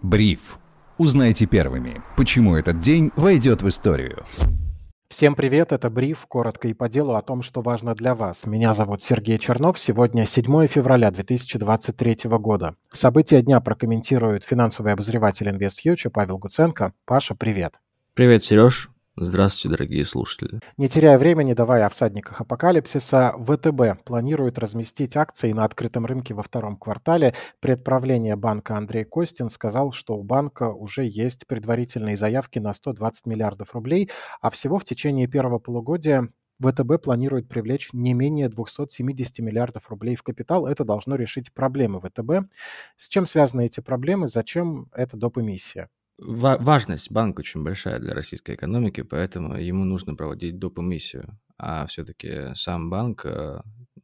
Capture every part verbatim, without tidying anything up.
Бриф. Узнайте первыми, почему этот день войдет в историю. Всем привет, это Бриф, коротко и по делу о том, что важно для вас. Меня зовут Сергей Чернов, сегодня седьмое февраля две тысячи двадцать третьего года. События дня прокомментирует финансовый обозреватель InvestFuture Павел Гуценко. Паша, привет. Привет, Сереж. Здравствуйте, дорогие слушатели. Не теряя времени, давай о всадниках апокалипсиса. ВТБ планирует разместить акции на открытом рынке во втором квартале. Предправление банка Андрей Костин сказал, что у банка уже есть предварительные заявки на сто двадцать миллиардов рублей, а всего в течение первого полугодия ВТБ планирует привлечь не менее двести семьдесят миллиардов рублей в капитал. Это должно решить проблемы ВТБ. С чем связаны эти проблемы? Зачем эта доп. Эмиссия? Ва- важность банка очень большая для российской экономики, поэтому ему нужно проводить доп. Эмиссию. А все-таки сам банк э,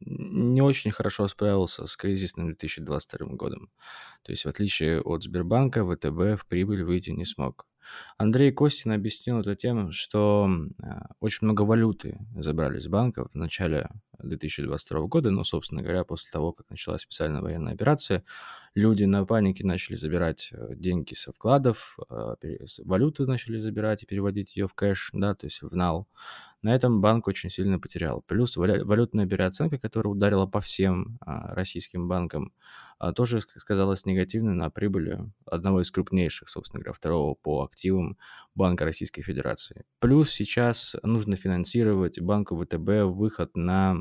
не очень хорошо справился с кризисным две тысячи двадцать вторым годом. То есть, в отличие от Сбербанка, ВТБ в прибыль выйти не смог. Андрей Костин объяснил это тем, что э, очень много валюты забрали с банка в начале две тысячи двадцать второго года, но, собственно говоря, после того, как началась специальная военная операция, люди на панике начали забирать э, деньги со вкладов, э, пере- с- валюту начали забирать и переводить ее в кэш, да, то есть в нал. На этом банк очень сильно потерял. Плюс валя- валютная переоценка, которая ударила по всем а, российским банкам, а, тоже ск- сказалась негативно на прибыли одного из крупнейших, собственно говоря, второго по активам Банка Российской Федерации. Плюс сейчас нужно финансировать банку ВТБ выход на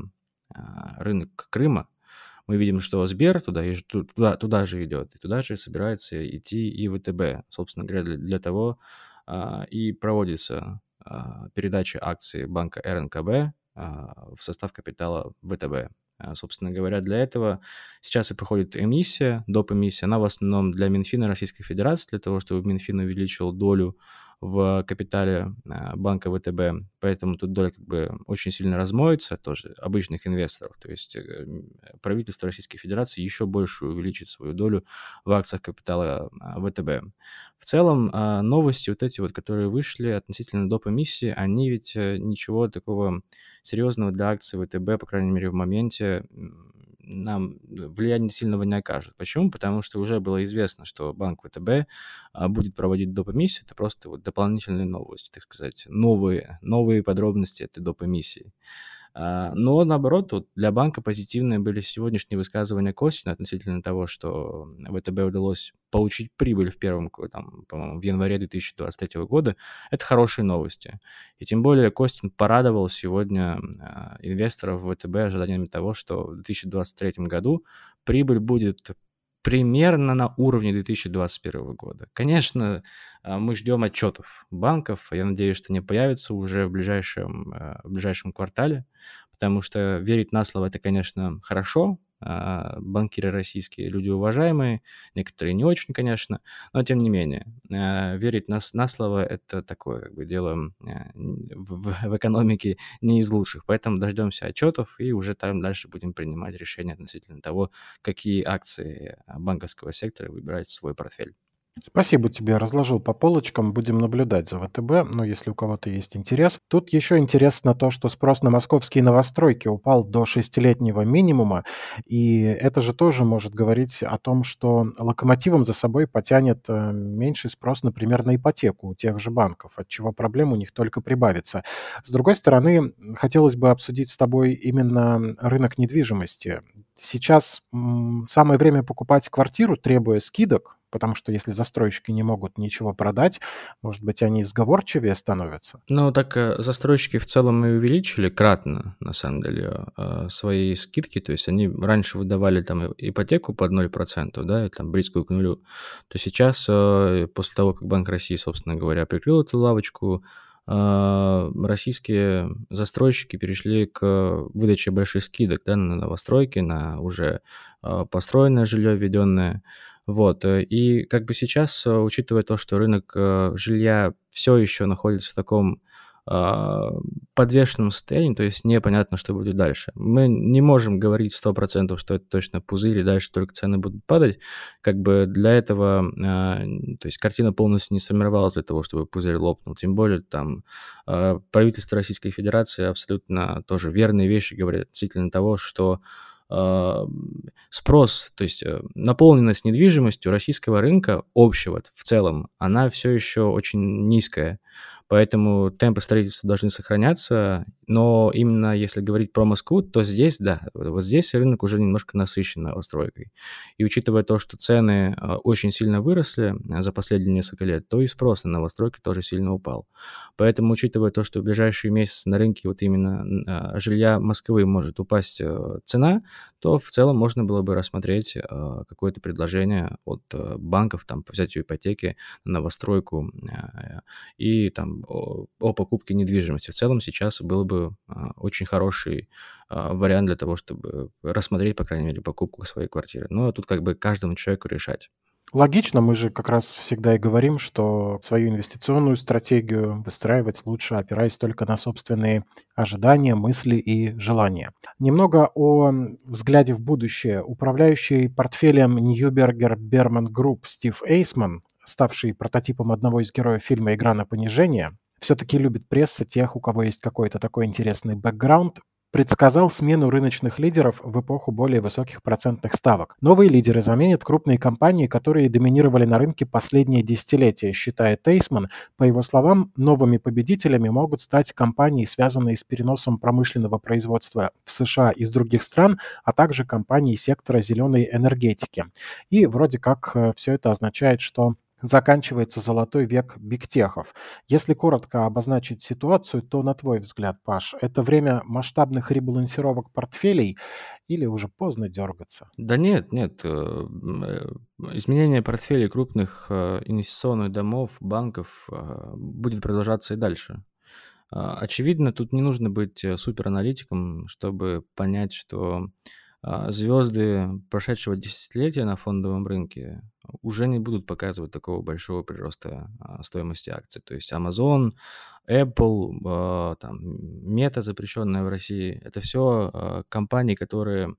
а, рынок Крыма. Мы видим, что Сбер туда, и ж- ту- туда, туда же идет, и туда же собирается идти и ВТБ. Собственно говоря, для, для того а, и проводится а, передача акций банка РНКБ а, в состав капитала ВТБ. А, Собственно говоря, для этого сейчас и проходит эмиссия, доп. Эмиссия. Она в основном для Минфина Российской Федерации, для того, чтобы Минфин увеличил долю в капитале а, банка ВТБ. Поэтому тут доля как бы очень сильно размоется тоже обычных инвесторов. То есть э, м, правительство Российской Федерации еще больше увеличит свою долю в акциях капитала а, ВТБ. В целом, а, новости вот эти вот, которые вышли относительно доп. Эмиссии, они ведь э, ничего такого серьезного для акций ВТБ, по крайней мере, в моменте м, нам влияния сильного не окажут. Почему? Потому что уже было известно, что банк ВТБ а, будет проводить доп. Эмиссию. Это просто вот дополнительные новости, так сказать, новые, новые подробности этой доп. Эмиссии. А, Но, наоборот, вот для банка позитивные были сегодняшние высказывания Костина относительно того, что ВТБ удалось получить прибыль в первом, кв- там, по-моему, в январе две тысячи двадцать третьего года. Это хорошие новости. И тем более Костин порадовал сегодня а, инвесторов в ВТБ ожиданиями того, что в две тысячи двадцать третьем году прибыль будет примерно на уровне две тысячи двадцать первого года. Конечно, а, мы ждем отчетов банков. Я надеюсь, что они появятся уже в ближайшем, э, в ближайшем квартале, потому что верить на слово – это, конечно, хорошо. А, Банкиры российские – люди уважаемые, некоторые не очень, конечно, но тем не менее. а, Верить на, с- на слово – это такое как бы дело э, в, в- в экономике не из лучших. Поэтому дождемся отчетов и уже там дальше будем принимать решения относительно того, какие акции а, банковского сектора выбирать в свой портфель. Спасибо тебе, разложил по полочкам, будем наблюдать за ВТБ, ну, если у кого-то есть интерес. Тут еще интересно то, что спрос на московские новостройки упал до шестилетнего минимума, и это же тоже может говорить о том, что локомотивом за собой потянет э, меньший спрос, например, на ипотеку у тех же банков, от чего проблем у них только прибавится. С другой стороны, м, хотелось бы обсудить с тобой именно рынок недвижимости. Сейчас м, самое время покупать квартиру, требуя скидок, потому что если застройщики не могут ничего продать, может быть, они сговорчивее становятся? Ну, так э, застройщики в целом и увеличили кратно, на самом деле, э, свои скидки. То есть они раньше выдавали там и- ипотеку под ноль процентов, да, и там близкую к нулю. То сейчас, э, после того, как Банк России, собственно говоря, прикрыл эту лавочку, э, российские застройщики перешли к выдаче больших скидок, да, на новостройки, на уже э, построенное жилье, введенное. Вот, э, и как бы сейчас, э, учитывая то, что рынок э, жилья все еще находится в таком а, подвешенном состоянии, то есть непонятно, что будет дальше. Мы не можем говорить сто процентов, что это точно пузырь, и дальше только цены будут падать. Как бы для этого, а, н- то есть картина полностью не сформировалась для того, чтобы пузырь лопнул. Тем более там а, правительство Российской Федерации абсолютно тоже верные вещи говорит относительно того, что а, спрос, то есть э, наполненность недвижимостью российского рынка общего в целом, она все еще очень низкая. Поэтому темпы строительства должны сохраняться. Но именно если говорить про Москву, то здесь, да, вот здесь рынок уже немножко насыщен новостройкой. И учитывая то, что цены а, очень сильно выросли а, за последние несколько лет, то и спрос на новостройки тоже сильно упал. Поэтому, учитывая то, что в ближайшие месяцы на рынке вот именно н- а, жилья Москвы может упасть э, цена, то в целом можно было бы рассмотреть а, какое-то предложение от э, банков там, по взятию ипотеки на новостройку а, и там о, о покупке недвижимости. В целом сейчас был бы а, очень хороший а, вариант для того, чтобы рассмотреть, по крайней мере, покупку своей квартиры. Но тут как бы каждому человеку решать. Логично, мы же как раз всегда и говорим, что свою инвестиционную стратегию выстраивать лучше, опираясь только на собственные ожидания, мысли и желания. Немного о м, взгляде в будущее. Управляющий портфелем Ньюбергер Берман Групп Стив Эйсман, ставший прототипом одного из героев фильма «Игра на понижение», все-таки любит пресса тех, у кого есть какой-то такой интересный бэкграунд, предсказал смену рыночных лидеров в эпоху более высоких процентных ставок. Новые лидеры заменят крупные компании, которые доминировали на рынке последние десятилетия, считает Эйсман. По его словам, новыми победителями могут стать компании, связанные с переносом промышленного производства в США из других стран, а также компании сектора зеленой энергетики. И вроде как все это означает, что заканчивается золотой век бигтехов. Если коротко обозначить ситуацию, то, на твой взгляд, Паш, это время масштабных ребалансировок портфелей или уже поздно дергаться? Да нет, нет. э, м, э, Изменение портфелей крупных э, инвестиционных домов, банков э, будет продолжаться и дальше. А, Очевидно, тут не нужно быть э, супераналитиком, чтобы понять, что а, звезды прошедшего десятилетия на фондовом рынке уже не будут показывать такого большого прироста а, стоимости акций. То есть Amazon, Apple, а, там, Meta, запрещенная в России, это все компании, которые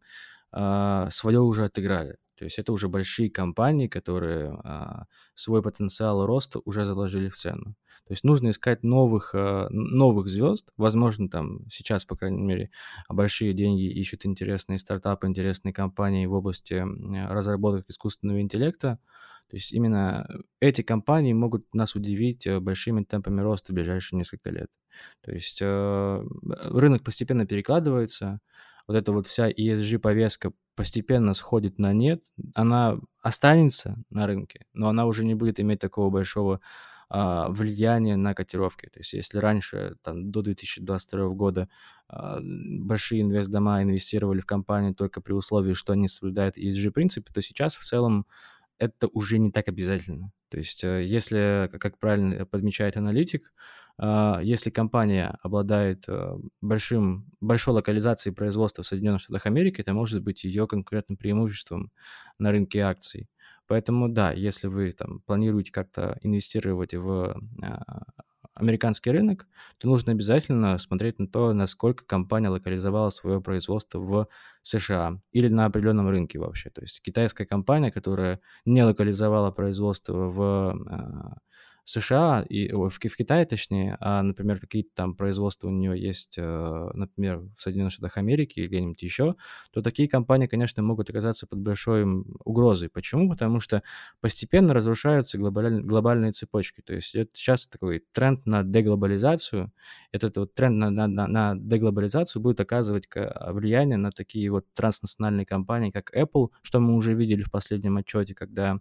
свое уже отыграли. То есть это уже большие компании, которые а, свой потенциал роста уже заложили в цену. То есть нужно искать новых, а, н- новых звезд. Возможно, там сейчас, по крайней мере, большие деньги ищут интересные стартапы, интересные компании в области м, разработок искусственного интеллекта. То есть именно эти компании могут нас удивить э, большими темпами роста в ближайшие несколько лет. То есть э, рынок постепенно перекладывается, вот эта вот вся и эс джи-повестка постепенно сходит на нет. Она останется на рынке, но она уже не будет иметь такого большого а, влияния на котировки. То есть если раньше, там, до две тысячи двадцать второго года а, большие инвестдома инвестировали в компании только при условии, что они соблюдают и эс джи-принципы, то сейчас в целом это уже не так обязательно. То есть, э, если, к как правильно подмечает аналитик, а, если компания обладает, э, большим большой локализацией производства в Соединенных Штатах Америки, это может быть ее конкурентным преимуществом на рынке акций. Поэтому да, если вы там планируете как-то инвестировать в, а, американский рынок, то нужно обязательно смотреть на то, насколько компания локализовала свое производство в США или на определенном рынке вообще. То есть китайская компания, которая не локализовала производство в а, США, и, ой, в, Ки- в Китае точнее, а, например, какие-то там производства у нее есть, э, например, в Соединенных Штатах Америки или где-нибудь еще, то такие компании, конечно, могут оказаться под большой м, угрозой. Почему? Потому что постепенно разрушаются глобаль- глобальные цепочки. То есть это сейчас такой тренд на деглобализацию. Этот вот тренд на, на, на, на деглобализацию будет оказывать ка- влияние на такие вот транснациональные компании, как Apple, что мы уже видели в последнем отчете, когда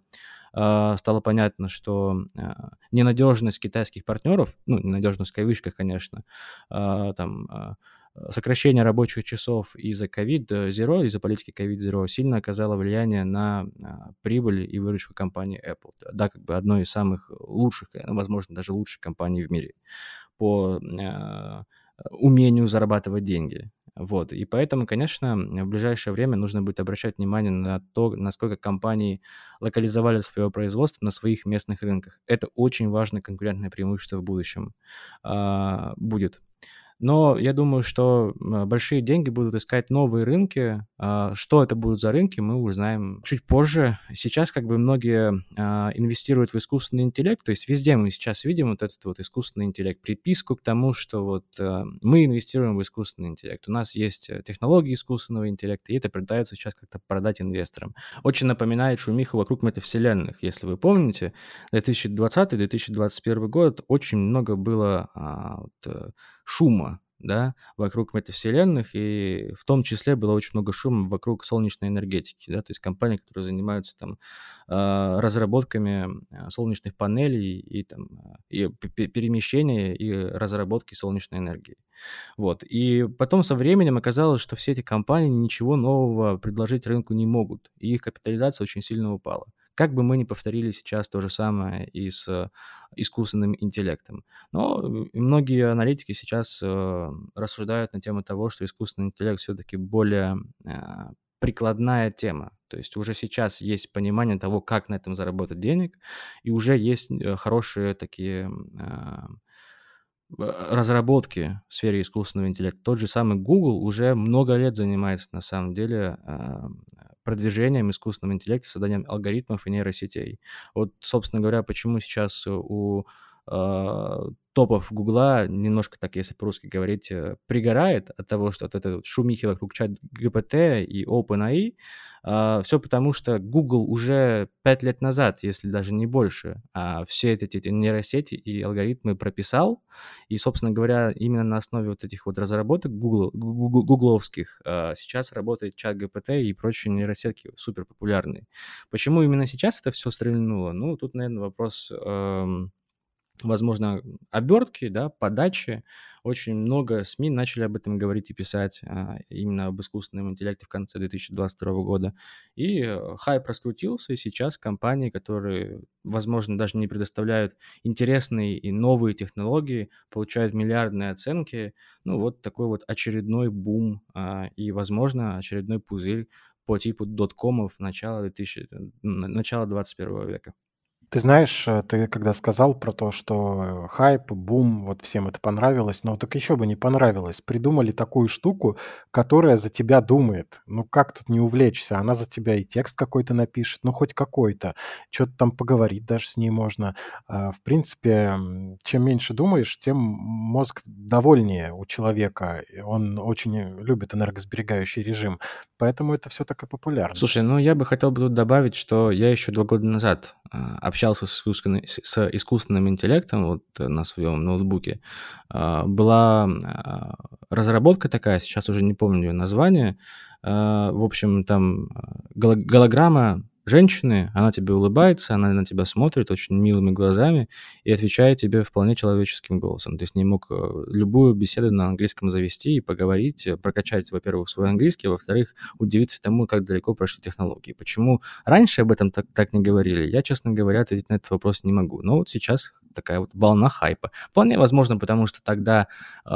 а, стало понятно, что а, ненадежность китайских партнеров, ну, ненадежность в кавычках, конечно, а, там, а, сокращение рабочих часов из-за ковид-зеро, из-за политики ковид-зеро сильно оказало влияние на а, прибыль и выручку компании Apple. Да, как бы одной из самых лучших, э, возможно, даже лучших компаний в мире по а, умению зарабатывать деньги. Вот, и поэтому, конечно, в ближайшее время нужно будет обращать внимание на то, насколько компании локализовали свое производство на своих местных рынках. Это очень важное конкурентное преимущество в будущем а, будет. Но я думаю, что м, большие деньги будут искать новые рынки. А, Что это будут за рынки, мы узнаем чуть позже. Сейчас как бы многие а, инвестируют в искусственный интеллект, то есть везде мы сейчас видим вот этот вот искусственный интеллект, приписку к тому, что вот а, мы инвестируем в искусственный интеллект. У нас есть э, технологии искусственного интеллекта, и это пытаются сейчас как-то продать инвесторам. Очень напоминает шумиху вокруг метавселенных. Если вы помните, две тысячи двадцатый - две тысячи двадцать первый год очень много было а, вот, э, шума, да, вокруг метавселенных, и в том числе было очень много шума вокруг солнечной энергетики, да, то есть компании, которые занимаются там а, разработками а, солнечных панелей и там а, и п- п- перемещения и разработки солнечной энергии. Вот. И потом со временем оказалось, что все эти компании ничего нового предложить рынку не могут, и их капитализация очень сильно упала. Как бы мы ни повторили сейчас то же самое и с э, искусственным интеллектом. Но э, многие аналитики сейчас э, рассуждают на тему того, что искусственный интеллект все-таки более э, прикладная тема. То есть уже сейчас есть понимание того, как на этом заработать денег, и уже есть э, хорошие такие э, э, разработки в сфере искусственного интеллекта. Тот же самый Google уже много лет занимается, на самом деле, а, продвижением искусственного интеллекта, созданием алгоритмов и нейросетей. Вот, собственно говоря, почему сейчас у а, топов Гугла немножко так, если по-русски говорить, э, пригорает от того, что от этой вот шумихи вокруг чат джи пи ти и OpenAI, все потому, что Google уже пять лет назад, если даже не больше, а, все эти, эти нейросети и алгоритмы прописал, и, собственно говоря, именно на основе вот этих вот разработок Google, гугл- гугловских а, сейчас работает чат джи пи ти и прочие нейросетки супер популярные. Почему именно сейчас это все стрельнуло? Ну, тут, наверное, вопрос, эм, возможно, обертки, да, подачи. Очень много СМИ начали об этом говорить и писать, а, именно об искусственном интеллекте в конце две тысячи двадцать второго года. И э, хайп раскрутился, и сейчас компании, которые, возможно, даже не предоставляют интересные и новые технологии, получают миллиардные оценки. Ну, вот такой вот очередной бум а, и, возможно, очередной пузырь по типу доткомов начала, две тысячи, э, н- начала двадцать первого века. Ты знаешь, э, ты когда сказал про то, что э, хайп, бум, вот всем это понравилось, но так еще бы не понравилось. Придумали такую штуку, которая за тебя думает. Ну как тут не увлечься? Она за тебя и текст какой-то напишет, ну хоть какой-то. Что-то там поговорить даже с ней можно. А, В принципе, м, чем меньше думаешь, тем мозг довольнее у человека. И он очень э, любит энергосберегающий режим. Поэтому это все так и популярно. Слушай, ну я бы хотел бы тут добавить, что я еще два года назад а, общался с, искусственной- с с искусственным интеллектом вот э, на своем ноутбуке. А, Была а, разработка такая, сейчас уже не помню ее название. А, В общем, там а, голо- голограмма женщины, она тебе улыбается, она на тебя смотрит очень милыми глазами и отвечает тебе вполне человеческим голосом. Ты с ней мог э, любую беседу на английском завести и поговорить, э, прокачать, во-первых, свой английский, а во-вторых, удивиться тому, как далеко прошли технологии. Почему раньше об этом так, так не говорили, я, честно говоря, ответить на этот вопрос не могу. Но вот сейчас такая вот волна хайпа. Вполне возможно, потому что тогда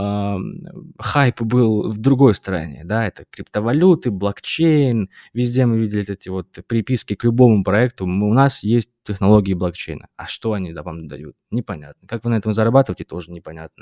ам, хайп был в другой стороне, да, это криптовалюты, блокчейн, везде мы видели эти вот приписки к любому проекту, мы- у нас есть технологии блокчейна. А что они да, вам дают? Непонятно. Как вы на этом зарабатываете, тоже непонятно.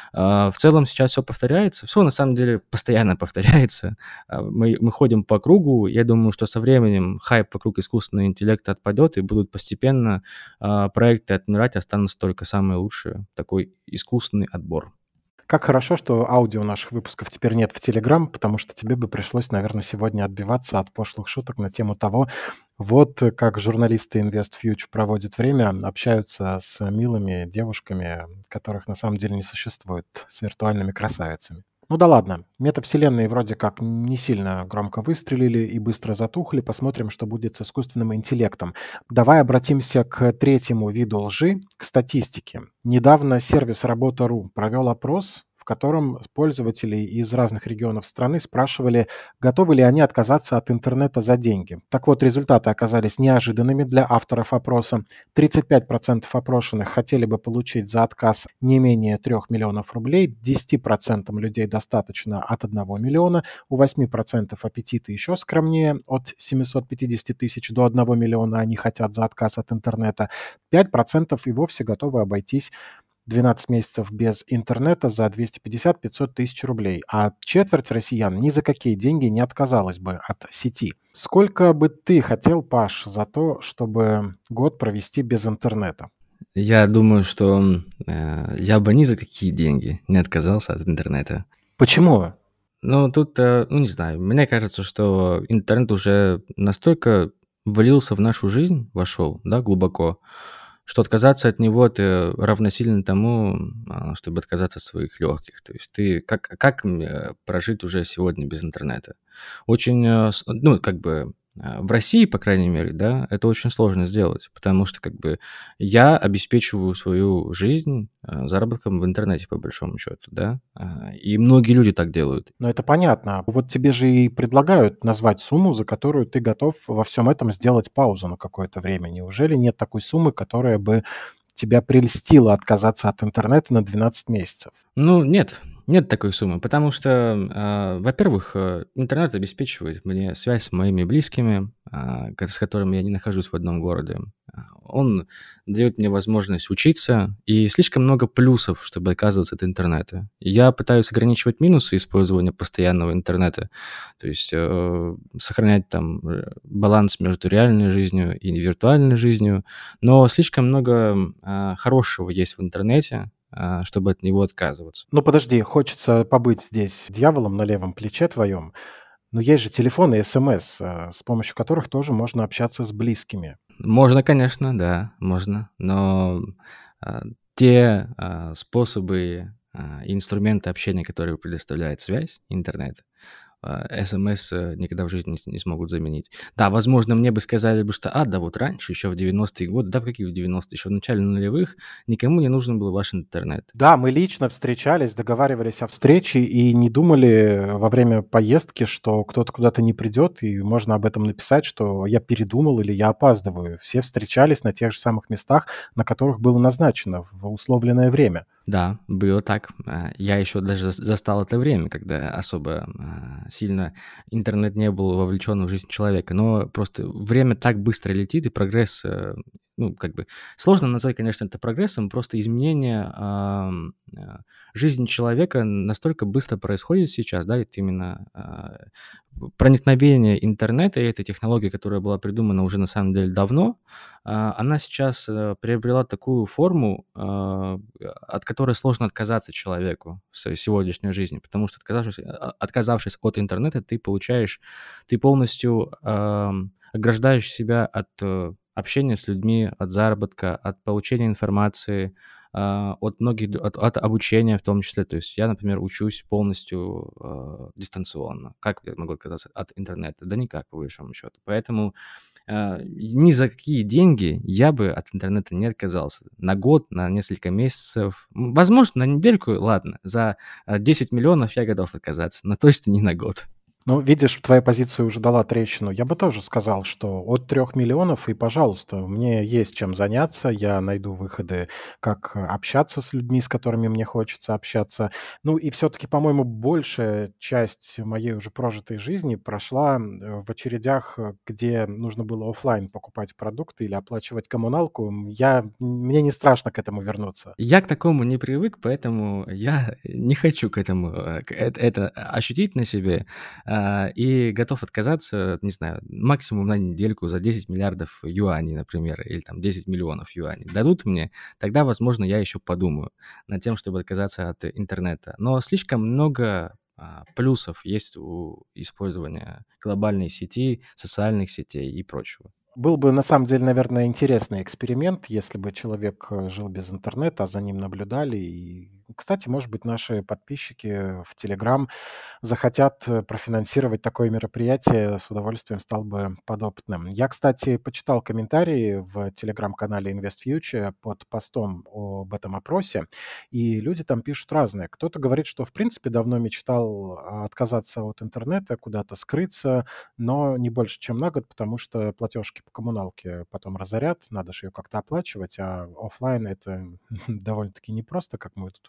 А, В целом сейчас все повторяется, все на самом деле постоянно повторяется. А, Мы, мы ходим по кругу. Я думаю, что со временем хайп вокруг искусственного интеллекта отпадет, и будут постепенно а, проекты отмирать, останутся только самые лучшие. Такой искусственный отбор. Как хорошо, что аудио наших выпусков теперь нет в Telegram, потому что тебе бы пришлось, наверное, сегодня отбиваться от пошлых шуток на тему того, вот э, как журналисты InvestFuture проводят время, общаются с милыми девушками, которых на самом деле не существует, с виртуальными красавицами. Ну да ладно, метавселенные вроде как не сильно громко выстрелили и быстро затухли. Посмотрим, что будет с искусственным интеллектом. Давай обратимся к третьему виду лжи, к статистике. Недавно сервис работа точка ру провел опрос, в котором пользователи из разных регионов страны спрашивали, готовы ли они отказаться от интернета за деньги. Так вот, результаты оказались неожиданными для авторов опроса. тридцать пять процентов опрошенных хотели бы получить за отказ не менее трех миллионов рублей, десять процентов людей достаточно от одного миллиона, у восемь процентов аппетиты еще скромнее, от семисот пятидесяти тысяч до одного миллиона они хотят за отказ от интернета, пять процентов и вовсе готовы обойтись двенадцать месяцев без интернета за двести пятьдесят - пятьсот тысяч рублей, а четверть россиян ни за какие деньги не отказалась бы от сети. Сколько бы ты хотел, Паш, за то, чтобы год провести без интернета? Я думаю, что, э, я бы ни за какие деньги не отказался от интернета. Почему? Ну, тут, э, ну, не знаю, мне кажется, что интернет уже настолько влился в нашу жизнь, вошел, да, глубоко, что отказаться от него это равносильно тому, а, чтобы отказаться от своих легких. То есть ты как как м, э, прожить уже сегодня без интернета? Очень, э, с ну, как бы, а, в России, по крайней мере, да, это очень сложно сделать, потому что как бы я обеспечиваю свою жизнь, а, заработком в интернете, по большому счету, да, а, и многие люди так делают. Ну, это понятно. Вот тебе же и предлагают назвать сумму, за которую ты готов во всем этом сделать паузу на какое-то время. Неужели нет такой суммы, которая бы тебя прельстила отказаться от интернета на двенадцать месяцев? Ну, нет, нет такой суммы, потому что, а, во-первых, э, интернет обеспечивает мне связь с моими близкими, а, ко- с которыми я не нахожусь в одном городе. А, Он дает мне возможность учиться, и слишком много плюсов, чтобы отказываться от интернета. Я пытаюсь ограничивать минусы использования постоянного интернета, то есть э, сохранять там э, баланс между реальной жизнью и виртуальной жизнью, но слишком много м, а, хорошего есть в интернете, а, чтобы от него отказываться. Ну, подожди, хочется побыть здесь дьяволом на левом плече твоем, но есть же телефон и СМС, э, с помощью которых тоже можно общаться с близкими. Можно, конечно, да, можно, но а, те а, способы а, и инструменты общения, которые предоставляет связь, интернет, а, СМС э, никогда в жизни не, не смогут заменить. Да, возможно, мне бы сказали бы, что, а, да, вот раньше, еще в девяностые годы, да, в какие в девяностые, еще в начале нулевых, никому не нужен был ваш интернет. Да, мы лично встречались, договаривались о встрече и не думали во время поездки, что кто-то куда-то не придет, и можно об этом написать, что я передумал или я опаздываю. Все встречались на тех же самых местах, на которых было назначено в условленное время. Да, было так. А, Я еще даже зас- застал это время, когда особо а, сильно интернет не был вовлечен в жизнь человека. Но просто время так быстро летит, и прогресс, э, ну, как бы, сложно назвать, конечно, это прогрессом, просто изменение ам, а, жизни человека настолько быстро происходит сейчас, да, это именно а, проникновение интернета и этой технологии, которая была придумана уже на самом деле давно, а, она сейчас, э, приобрела такую форму, а, от которой сложно отказаться человеку в своей сегодняшней жизни. Потому что отказавшись а, отказавшись от интернета, ты получаешь ты полностью, ам, ограждаешь себя от, э, общения с людьми, от заработка, от получения информации, а, от многих д от от обучения в том числе. То есть я, например, учусь полностью, а, дистанционно. Как я могу отказаться от интернета? Да никак, по большому счету. Поэтому а, ни за какие деньги я бы от интернета не отказался. На год, на несколько месяцев, м, возможно, на недельку, ладно. За, а, десять миллионов я готов отказаться, но точно не на год. Ну, видишь, твоя позиция уже дала трещину. Я бы тоже сказал, что от трех миллионов и, пожалуйста, мне есть чем заняться, я найду выходы, как э, общаться с людьми, с которыми мне хочется общаться. Ну и все-таки, по-моему, большая часть моей уже прожитой жизни прошла м, э, в очередях, э, где нужно было оффлайн покупать продукты или оплачивать коммуналку. М, Я, мне не страшно к этому вернуться. Я к такому не привык, поэтому я не хочу к этому, э, к эт это ощутить на себе, а, и готов отказаться, не знаю, максимум на недельку за десять миллиардов юаней, например, или там десять миллионов юаней. Дадут мне, тогда, возможно, я еще подумаю над тем, чтобы отказаться от интернета. Но слишком много, а, плюсов есть у использования глобальной сети, социальных сетей и прочего. Был бы, на самом деле, наверное, интересный эксперимент, если бы человек э, жил без интернета, а за ним наблюдали. И, кстати, может быть, наши подписчики в Telegram захотят э, профинансировать такое мероприятие, с удовольствием стал бы подопытным. Я, кстати, почитал комментарии в телеграм-канале InvestFuture под постом об этом опросе, и люди там пишут разное. Кто-то говорит, что, в принципе, давно мечтал а, отказаться от интернета, куда-то скрыться, но не больше, чем на год, потому что платежки по коммуналке потом разорят, надо же ее как-то оплачивать, а оффлайн это довольно-таки непросто, как мы тут уже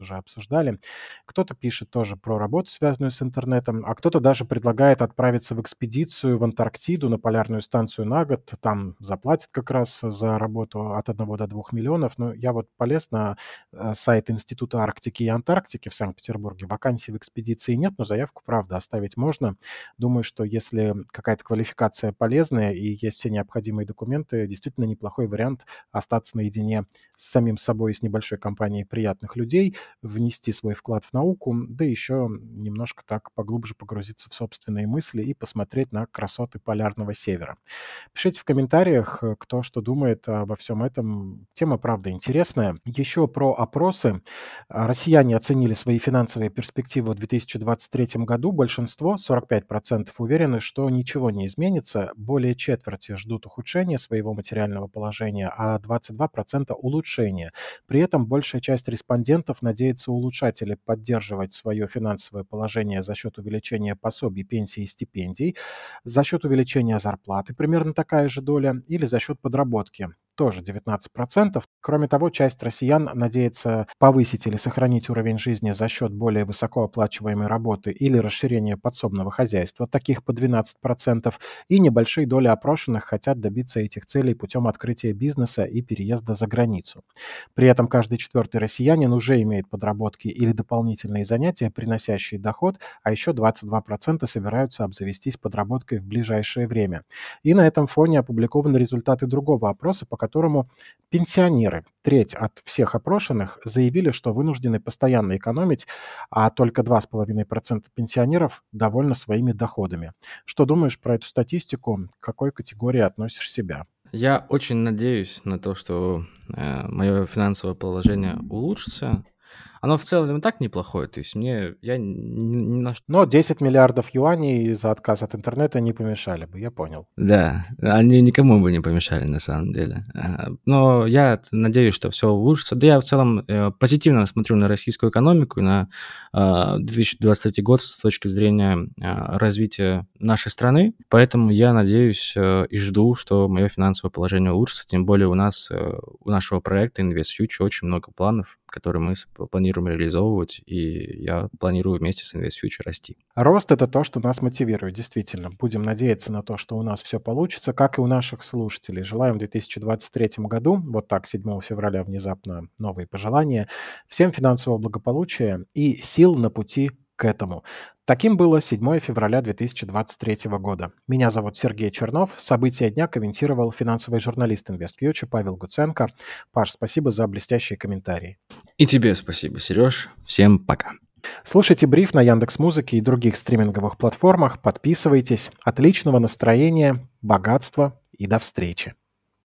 уже обсуждали. Кто-то пишет тоже про работу, связанную с интернетом, а кто-то даже предлагает отправиться в экспедицию в Антарктиду на полярную станцию на год. Там заплатят как раз за работу от одного до двух миллионов. Но я вот полез на э, сайт Института Арктики и Антарктики в Санкт-Петербурге. Вакансий в экспедиции нет, но заявку, правда, оставить можно. Думаю, что если какая-то квалификация полезная и есть все необходимые документы, действительно неплохой вариант остаться наедине с самим собой и с небольшой компанией приятных людей, внести свой вклад в науку, да еще немножко так поглубже погрузиться в собственные мысли и посмотреть на красоты полярного севера. Пишите в комментариях, э, кто что думает обо всем этом. Тема, правда, интересная. Еще про опросы. А, Россияне оценили свои финансовые перспективы в две тысячи двадцать третьем году. Большинство, сорок пять процентов, уверены, что ничего не изменится. Более четверти ждут ухудшения своего материального положения, а двадцать два процента улучшения. При этом большая часть респондентов надеется улучшать или поддерживать свое финансовое положение за счет увеличения пособий, пенсий и стипендий, за счет увеличения зарплаты, примерно такая же доля, или за счет подработки, тоже девятнадцать процентов. Кроме того, часть россиян надеется повысить или сохранить уровень жизни за счет более высокооплачиваемой работы или расширения подсобного хозяйства, таких по двенадцать процентов, и небольшие доли опрошенных хотят добиться этих целей путем открытия бизнеса и переезда за границу. При этом каждый четвертый россиянин уже имеет подработки или дополнительные занятия, приносящие доход, а еще двадцать два процента собираются обзавестись подработкой в ближайшее время. И на этом фоне опубликованы результаты другого опроса, по которому пенсионеры, треть от всех опрошенных, заявили, что вынуждены постоянно экономить, а только два с половиной процента пенсионеров довольны своими доходами. Что думаешь про эту статистику? К какой категории относишь себя? Я очень надеюсь на то, что мое финансовое положение улучшится. Оно в целом и так неплохое, то есть мне я ни, ни на что... Но десять миллиардов юаней за отказ от интернета не помешали бы, я понял. Да, они никому бы не помешали на самом деле. А, Но я т- надеюсь, что все улучшится. Да я в целом э, позитивно смотрю на российскую экономику и на а, две тысячи двадцать третий год с точки зрения а, развития нашей страны. Поэтому я надеюсь э, и жду, что мое финансовое положение улучшится. Тем более у нас, э, у нашего проекта InvestFuture очень много планов, которые мы с- планируем реализовывать, и я планирую вместе с InvestFuture расти. Рост — это то, что нас мотивирует, действительно. Будем надеяться на то, что у нас все получится, как и у наших слушателей. Желаем в две тысячи двадцать третьем году, вот так, седьмого февраля внезапно новые пожелания, всем финансового благополучия и сил на пути к этому. Таким было седьмого февраля две тысячи двадцать третьего года. Меня зовут Сергей Чернов. События дня комментировал финансовый журналист InvestFuture Павел Гуценко. Паш, спасибо за блестящие комментарии. И тебе спасибо, Сереж. Всем пока. Слушайте бриф на Яндекс.Музыке и других стриминговых платформах. Подписывайтесь. Отличного настроения, богатства и до встречи.